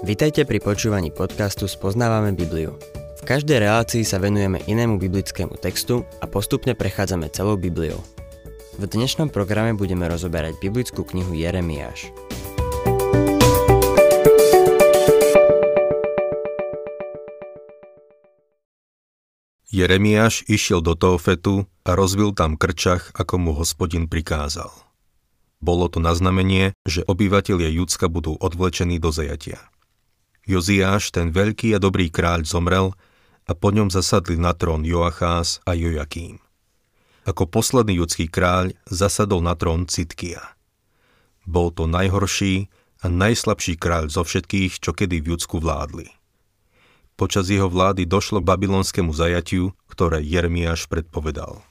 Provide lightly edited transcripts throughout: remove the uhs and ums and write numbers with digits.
Vitajte pri počúvaní podcastu Spoznávame Bibliu. V každej relácii sa venujeme inému biblickému textu a postupne prechádzame celou Bibliou. V dnešnom programe budeme rozoberať biblickú knihu Jeremiáš. Jeremiáš išiel do Tófetu a rozbil tam krčach, ako mu Hospodin prikázal. Bolo to na znamenie, že obyvatelia Judska budú odvlečení do zajatia. Joziáš, ten veľký a dobrý kráľ, zomrel a po ňom zasadli na trón Joachás a Jojakím. Ako posledný judský kráľ zasadol na trón Citkia. Bol to najhorší a najslabší kráľ zo všetkých, čo kedy v Judsku vládli. Počas jeho vlády došlo k babylonskému zajatiu, ktoré Jeremiáš predpovedal.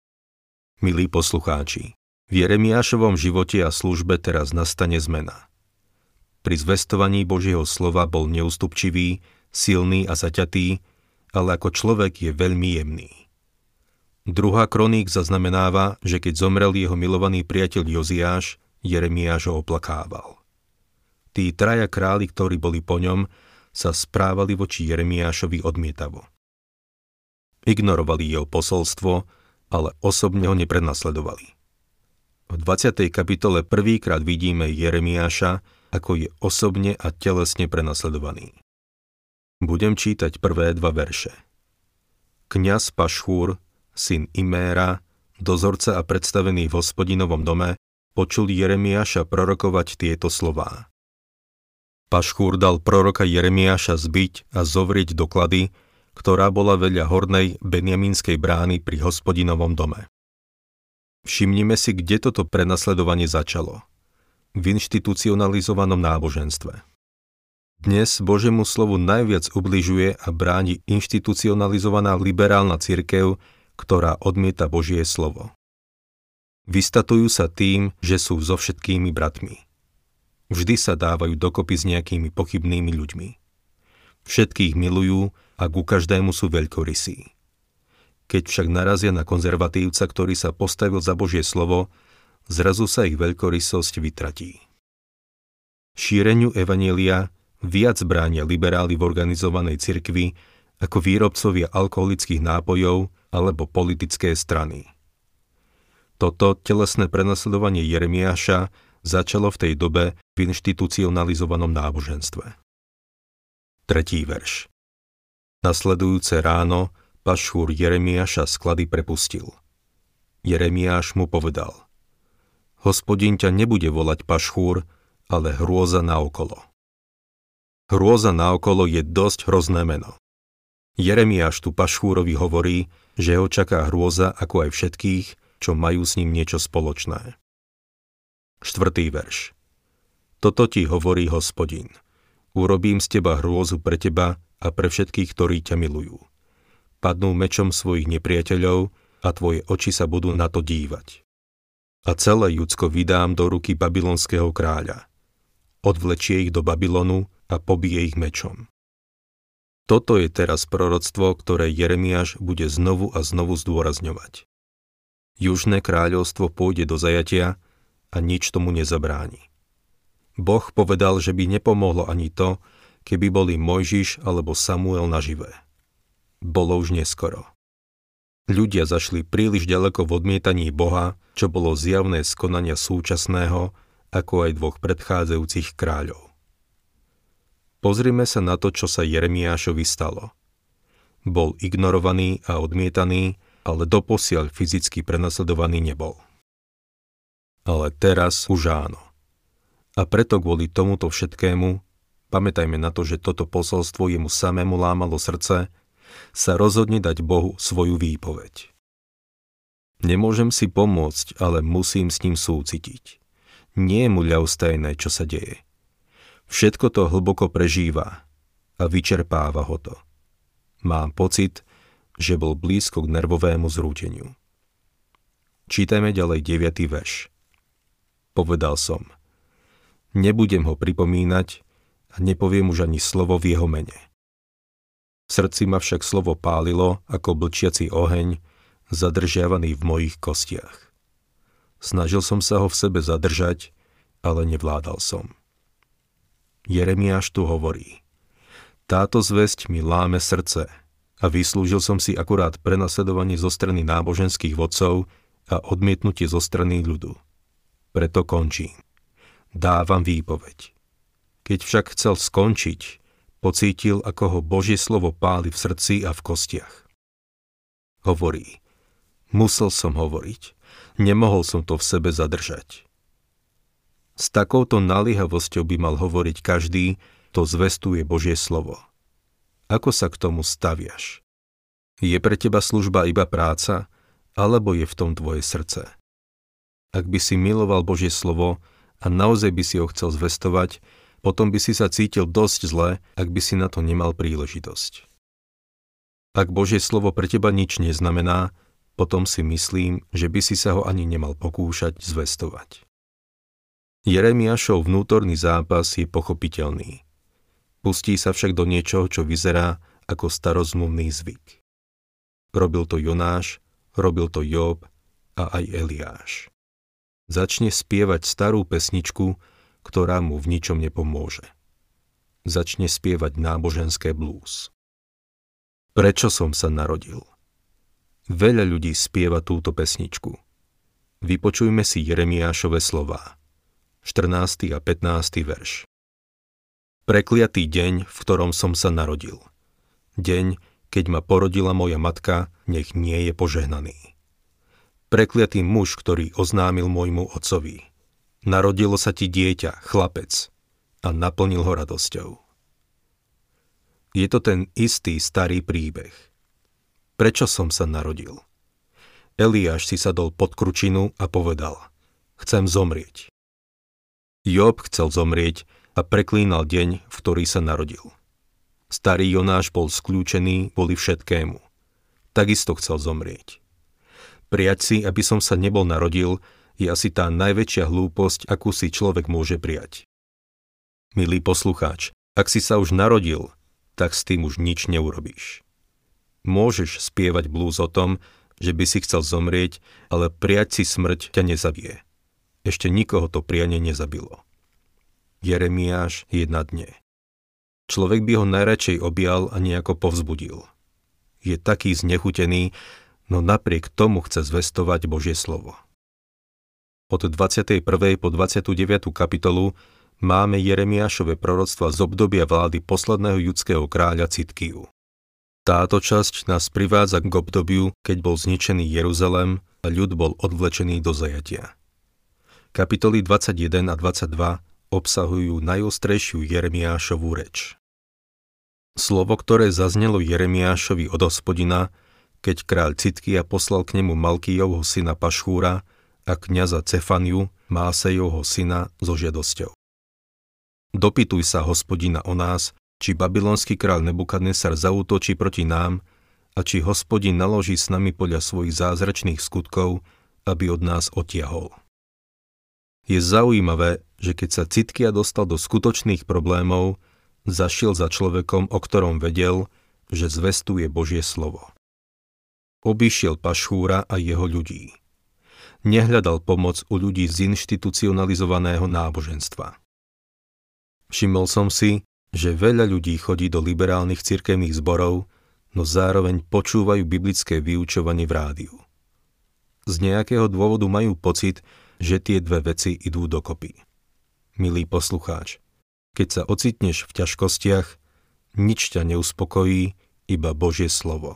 Milí poslucháči, v Jeremiášovom živote a službe teraz nastane zmena. Pri zvestovaní Božieho slova bol neústupčivý, silný a zaťatý, ale ako človek je veľmi jemný. 2. Kroník zaznamenáva, že keď zomrel jeho milovaný priateľ Joziáš, Jeremiáš ho oplakával. Tí traja králi, ktorí boli po ňom, sa správali voči Jeremiášovi odmietavo. Ignorovali jeho posolstvo, ale osobne ho neprenasledovali. V 20. kapitole prvýkrát vidíme Jeremiáša, ako je osobne a telesne prenasledovaný. Budem čítať prvé 2 verše. Kňaz Pašchúr, syn Iméra, dozorca a predstavený v Hospodinovom dome, počul Jeremiáša prorokovať tieto slová. Pašchúr dal proroka Jeremiáša zbiť a zovrieť do klady, ktorá bola vedľa hornej Benjamínskej brány pri Hospodinovom dome. Všimnime si, kde toto prenasledovanie začalo. V inštitucionalizovanom náboženstve. Dnes Božiemu slovu najviac ubližuje a bráni inštitucionalizovaná liberálna cirkev, ktorá odmieta Božie slovo. Vystatujú sa tým, že sú so všetkými bratmi. Vždy sa dávajú dokopy s nejakými pochybnými ľuďmi. Všetkých milujú a ku každému sú veľkorysí. Keď však narazia na konzervatívca, ktorý sa postavil za Božie slovo, zrazu sa ich veľkorysosť vytratí. Šíreniu evanjelia viac bránia liberáli v organizovanej cirkvi ako výrobcovia alkoholických nápojov alebo politické strany. Toto telesné prenasledovanie Jeremiáša začalo v tej dobe v inštitucionalizovanom náboženstve. 3. verš. Nasledujúce ráno Pašchúr Jeremiáša z klady prepustil. Jeremiáš mu povedal: Hospodin ťa nebude volať Pašchúr, ale hrôza naokolo. Hrôza naokolo je dosť hrozné meno. Jeremiáš tu Pašchúrovi hovorí, že ho čaká hrôza ako aj všetkých, čo majú s ním niečo spoločné. 4. verš. Toto ti hovorí Hospodin. Urobím z teba hrôzu pre teba a pre všetkých, ktorí ťa milujú. Padnú mečom svojich nepriateľov a tvoje oči sa budú na to dívať. A celé Judsko vydám do ruky babylonského kráľa. Odvlečie ich do Babylonu a pobije ich mečom. Toto je teraz proroctvo, ktoré Jeremiáš bude znovu a znovu zdôrazňovať. Južné kráľovstvo pôjde do zajatia a nič tomu nezabráni. Boh povedal, že by nepomohlo ani to, keby boli Mojžiš alebo Samuel naživé. Bolo už neskoro. Ľudia zašli príliš ďaleko v odmietaní Boha, čo bolo zjavné z konania súčasného, ako aj 2 predchádzajúcich kráľov. Pozrime sa na to, čo sa Jeremiášovi stalo. Bol ignorovaný a odmietaný, ale doposiaľ fyzicky prenasledovaný nebol. Ale teraz už áno. A preto kvôli tomuto všetkému, pamätajme na to, že toto posolstvo jemu samému lámalo srdce, sa rozhodne dať Bohu svoju výpoveď. Nemôžem si pomôcť, ale musím s ním súcitiť. Nie je mu ľahostajné, čo sa deje. Všetko to hlboko prežíva a vyčerpáva ho to. Mám pocit, že bol blízko k nervovému zrúteniu. Čítajme ďalej 9. verš. Povedal som: Nebudem ho pripomínať a nepoviem už ani slovo v jeho mene. V srdci ma však slovo pálilo ako blčiaci oheň, zadržiavaný v mojich kostiach. Snažil som sa ho v sebe zadržať, ale nevládal som. Jeremiáš tu hovorí: Táto zvesť mi láme srdce a vyslúžil som si akurát prenasledovanie zo strany náboženských vodcov a odmietnutie zo strany ľudu. Preto končím. Dávam výpoveď. Keď však chcel skončiť, pocítil, ako ho Božie slovo páli v srdci a v kostiach. Hovorí: Musel som hovoriť. Nemohol som to v sebe zadržať. S takouto naliehavosťou by mal hovoriť každý, kto zvestuje Božie slovo. Ako sa k tomu staviaš? Je pre teba služba iba práca, alebo je v tom tvoje srdce? Ak by si miloval Božie slovo a naozaj by si ho chcel zvestovať, potom by si sa cítil dosť zle, ak by si na to nemal príležitosť. Ak Božie slovo pre teba nič neznamená, potom si myslím, že by si sa ho ani nemal pokúšať zvestovať. Jeremiášov vnútorný zápas je pochopiteľný. Pustí sa však do niečoho, čo vyzerá ako starozmluvný zvyk. Robil to Jonáš, robil to Job a aj Eliáš. Začne spievať starú pesničku, ktorá mu v ničom nepomôže. Začne spievať náboženské blues. Prečo som sa narodil? Veľa ľudí spieva túto pesničku. Vypočujme si Jeremiášove slová. 14. a 15. verš. Prekliatý deň, v ktorom som sa narodil. Deň, keď ma porodila moja matka, nech nie je požehnaný. Prekliatý muž, ktorý oznámil môjmu otcovi: Narodilo sa ti dieťa, chlapec, a naplnil ho radosťou. Je to ten istý starý príbeh. Prečo som sa narodil? Eliáš si sadol pod kručinu a povedal: Chcem zomrieť. Job chcel zomrieť a preklínal deň, v ktorý sa narodil. Starý Jonáš bol skľúčený kvôli všetkému. Takisto chcel zomrieť. Prijať si, aby som sa nebol narodil, je asi tá najväčšia hlúposť, akú si človek môže prijať. Milý poslucháč, ak si sa už narodil, tak s tým už nič neurobíš. Môžeš spievať blues o tom, že by si chcel zomrieť, ale prijať si smrť ťa nezabije. Ešte nikoho to prianie nezabilo. Jeremiáš je na dne. Človek by ho najradšej objal a nejako povzbudil. Je taký znechutený, no napriek tomu chce zvestovať Božie slovo. Od 21. po 29. kapitolu máme Jeremiášove proroctva z obdobia vlády posledného judského kráľa Citkiu. Táto časť nás privádza k obdobiu, keď bol zničený Jeruzalém a ľud bol odvlečený do zajatia. Kapitoly 21 a 22 obsahujú najostrejšiu Jeremiášovú reč. Slovo, ktoré zaznelo Jeremiášovi od Hospodina, keď kráľ Citkia poslal k nemu Malkijovho syna Pašhúra a kňaza Cefaniu, Másejovho syna, so žiadosťou: Dopytuj sa Hospodina o nás, či babylonský kráľ Nebukadnesar zaútočí proti nám a či Hospodin naloží s nami podľa svojich zázračných skutkov, aby od nás odtiahol. Je zaujímavé, že keď sa Citkia dostal do skutočných problémov, zašiel za človekom, o ktorom vedel, že zvestuje Božie slovo. Obišiel Pašhúra a jeho ľudí. Nehľadal pomoc u ľudí z inštitucionalizovaného náboženstva. Všimol som si, že veľa ľudí chodí do liberálnych cirkevných zborov, no zároveň počúvajú biblické vyučovanie v rádiu. Z nejakého dôvodu majú pocit, že tie dve veci idú dokopy. Milý poslucháč, keď sa ocitneš v ťažkostiach, nič ťa neuspokojí, iba Božie slovo.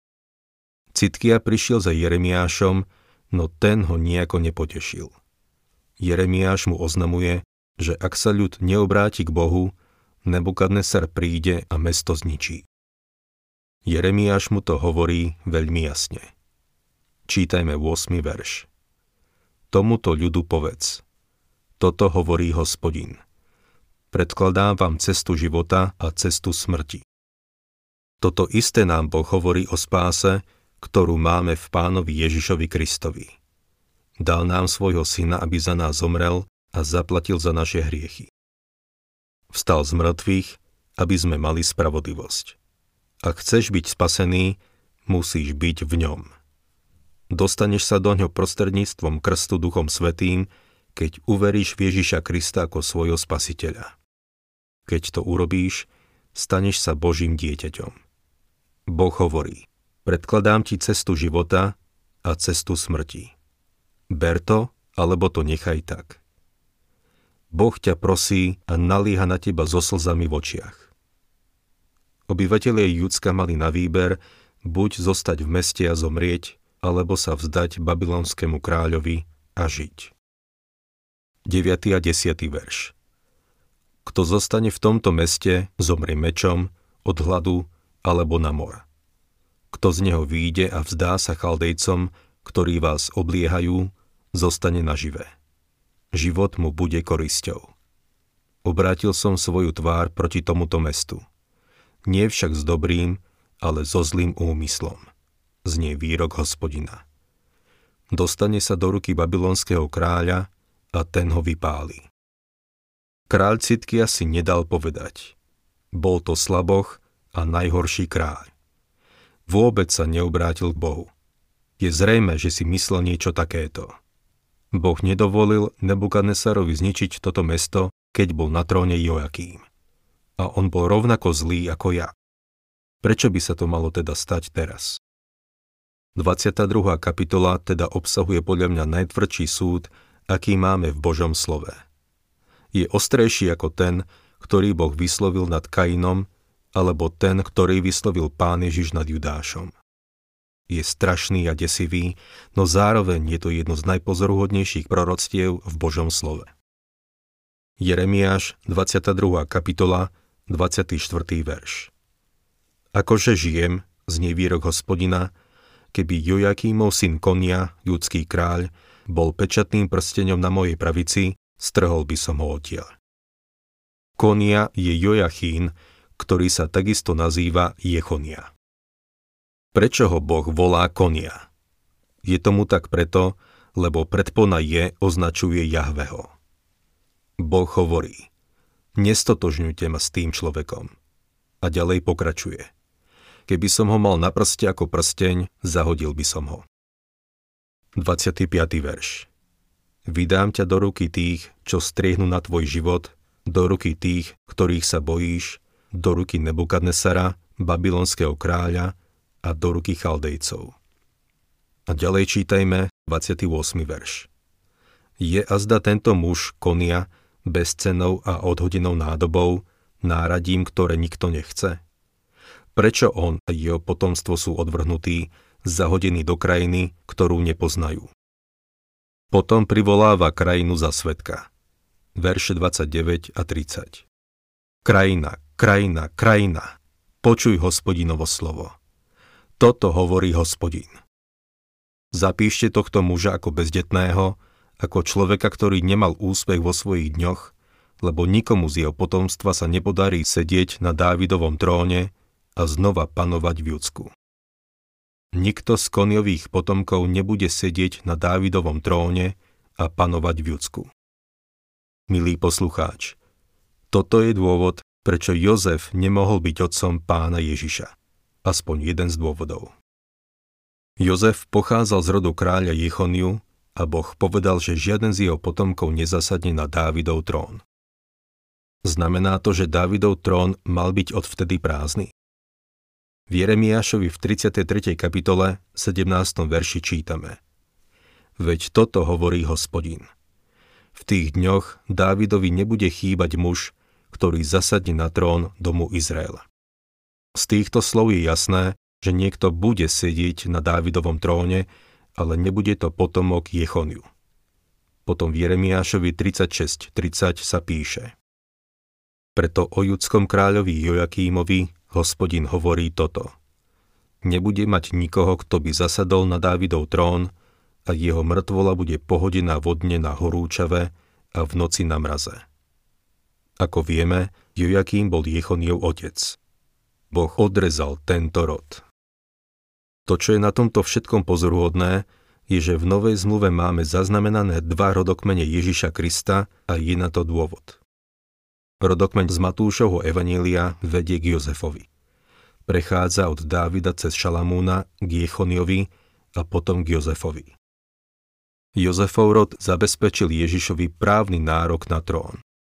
Citkia prišiel za Jeremiášom, no ten ho nejako nepotešil. Jeremiáš mu oznamuje, že ak sa ľud neobráti k Bohu, Nebukadnesar príde a mesto zničí. Jeremiáš mu to hovorí veľmi jasne. Čítajme 8. verš. Tomuto ľudu povedz: Toto hovorí Hospodin. Predkladám vám cestu života a cestu smrti. Toto isté nám Boh hovorí o spáse, ktorú máme v Pánovi Ježišovi Kristovi. Dal nám svojho syna, aby za nás zomrel a zaplatil za naše hriechy. Vstal z mŕtvych, aby sme mali spravodlivosť. Ak chceš byť spasený, musíš byť v ňom. Dostaneš sa doňho prostredníctvom krstu Duchom Svätým, keď uveríš v Ježiša Krista ako svojho spasiteľa. Keď to urobíš, staneš sa Božím dieťaťom. Boh hovorí: predkladám ti cestu života a cestu smrti. Ber to, alebo to nechaj tak. Boh ťa prosí a nalieha na teba so slzami v očiach. Obyvatelia Judska mali na výber buď zostať v meste a zomrieť, alebo sa vzdať babylonskému kráľovi a žiť. 9. a 10. verš. Kto zostane v tomto meste, zomrie mečom, od hladu alebo na mor. Kto z neho vyjde a vzdá sa Chaldejcom, ktorí vás obliehajú, zostane naživé. Život mu bude korisťou. Obrátil som svoju tvár proti tomuto mestu. Nie však s dobrým, ale so zlým úmyslom. Znie výrok Hospodina. Dostane sa do ruky babylonského kráľa a ten ho vypáli. Kráľ Citkia si nedal povedať. Bol to slaboch a najhorší kráľ. Vôbec sa neobrátil k Bohu. Je zrejmé, že si myslel niečo takéto. Boh nedovolil Nebukadnesarovi zničiť toto mesto, keď bol na tróne Jojakím. A on bol rovnako zlý ako ja. Prečo by sa to malo teda stať teraz? 22. kapitola teda obsahuje podľa mňa najtvrdší súd, aký máme v Božom slove. Je ostrejší ako ten, ktorý Boh vyslovil nad Kainom, alebo ten, ktorý vyslovil Pán Ježiš nad Judášom. Je strašný a desivý, no zároveň je to jedno z najpozoruhodnejších proroctiev v Božom slove. Jeremiáš, 22. kapitola, 24. verš. Akože žijem, znie výrok Hospodina, keby Jojakímov syn Konia, judský kráľ, bol pečatným prsteňom na mojej pravici, strhol by som ho odtiaľ. Konia je Jojachín, ktorý sa takisto nazýva Jechonia. Prečo ho Boh volá Konia? Je tomu tak preto, lebo predpona je označuje Jahveho. Boh hovorí: nestotožňujte ma s tým človekom. A ďalej pokračuje: keby som ho mal na prste ako prsteň, zahodil by som ho. 25. verš. Vydám ťa do ruky tých, čo striehnú na tvoj život, do ruky tých, ktorých sa bojíš, do ruky Nebukadnesara, babylonského kráľa a do ruky Chaldejcov. A ďalej čítajme 28. verš. Je azda tento muž Konia bezcennou a odhodenou nádobou, náradím, ktoré nikto nechce? Prečo on a jeho potomstvo sú odvrhnutí, zahodení do krajiny, ktorú nepoznajú? Potom privoláva krajinu za svedka. Verše 29 a 30. Krajina, krajina, krajina, počuj Hospodinovo slovo. Toto hovorí Hospodin. Zapíšte tohto muža ako bezdetného, ako človeka, ktorý nemal úspech vo svojich dňoch, lebo nikomu z jeho potomstva sa nepodarí sedieť na Dávidovom tróne a znova panovať v Judsku. Nikto z Koniových potomkov nebude sedieť na Dávidovom tróne a panovať v Judsku. Milý poslucháč, toto je dôvod, prečo Jozef nemohol byť otcom Pána Ježiša. Aspoň jeden z dôvodov. Jozef pochádzal z rodu kráľa Jechoniu a Boh povedal, že žiaden z jeho potomkov nezasadne na Dávidov trón. Znamená to, že Dávidov trón mal byť odvtedy prázdny? V Jeremiášovi v 33. kapitole 17. verši čítame: Veď toto hovorí Hospodin. V tých dňoch Dávidovi nebude chýbať muž, ktorý zasadne na trón domu Izraela. Z týchto slov je jasné, že niekto bude sedieť na Dávidovom tróne, ale nebude to potomok Jechoniu. Potom v Jeremiášovi 36:30 sa píše: Preto o judskom kráľovi Jojakímovi Hospodin hovorí toto. Nebude mať nikoho, kto by zasadol na Dávidov trón a jeho mŕtvola bude pohodená vodne na horúčave a v noci na mraze. Ako vieme, Jojakím bol Jechoniov otec. Boh odrezal tento rod. To, čo je na tomto všetkom pozoruhodné, je, že v Novej zmluve máme zaznamenané 2 rodokmene Ježiša Krista a je na to dôvod. Rodokmeň z Matúšovho evanília vedie k Jozefovi. Prechádza od Dávida cez Šalamúna k Jechoniovi a potom k Jozefovi. Jozefov rod zabezpečil Ježišovi právny nárok na trón.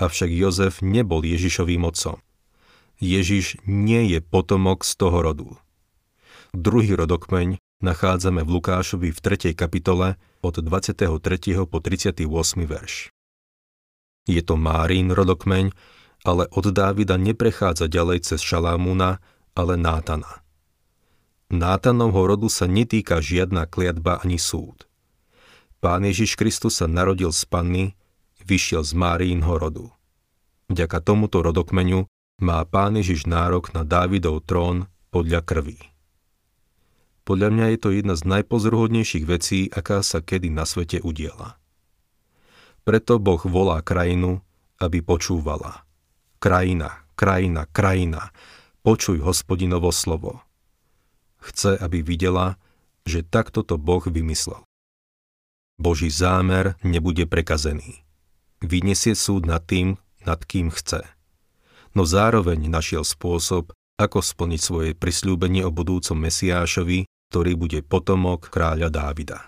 avšak Jozef nebol Ježišovým otcom. Ježiš nie je potomok z toho rodu. Druhý rodokmeň nachádzame v Lukášovi v 3. kapitole od 23. po 38. verš. Je to Márin rodokmeň, ale od Dávida neprechádza ďalej cez Šalamúna, ale Nátana. Nátanovho rodu sa netýka žiadna kliatba ani súd. Pán Ježiš Kristus sa narodil z panny, vyšiel z Márínho rodu. Vďaka tomuto rodokmeňu má Pán Ježiš nárok na Dávidov trón podľa krvi. Podľa mňa je to jedna z najpozoruhodnejších vecí, aká sa kedy na svete udiela. Preto Boh volá krajinu, aby počúvala. Krajina, krajina, krajina, počuj Hospodinovo slovo. Chce, aby videla, že takto to Boh vymyslel. Boží zámer nebude prekazený. Vyniesie súd nad tým, nad kým chce. No zároveň našiel spôsob, ako splniť svoje prisľúbenie o budúcom Mesiášovi, ktorý bude potomok kráľa Dávida.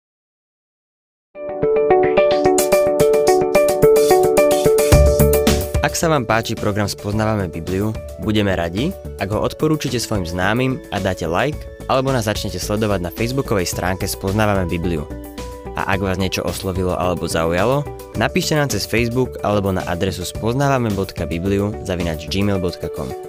Ak sa vám páči program Spoznávame Bibliu, budeme radi, ak ho odporúčite svojim známym a dáte like, alebo nás začnete sledovať na facebookovej stránke Spoznávame Bibliu. A ak vás niečo oslovilo alebo zaujalo, napíšte nám cez Facebook alebo na adresu spoznavame.bibliu@gmail.com.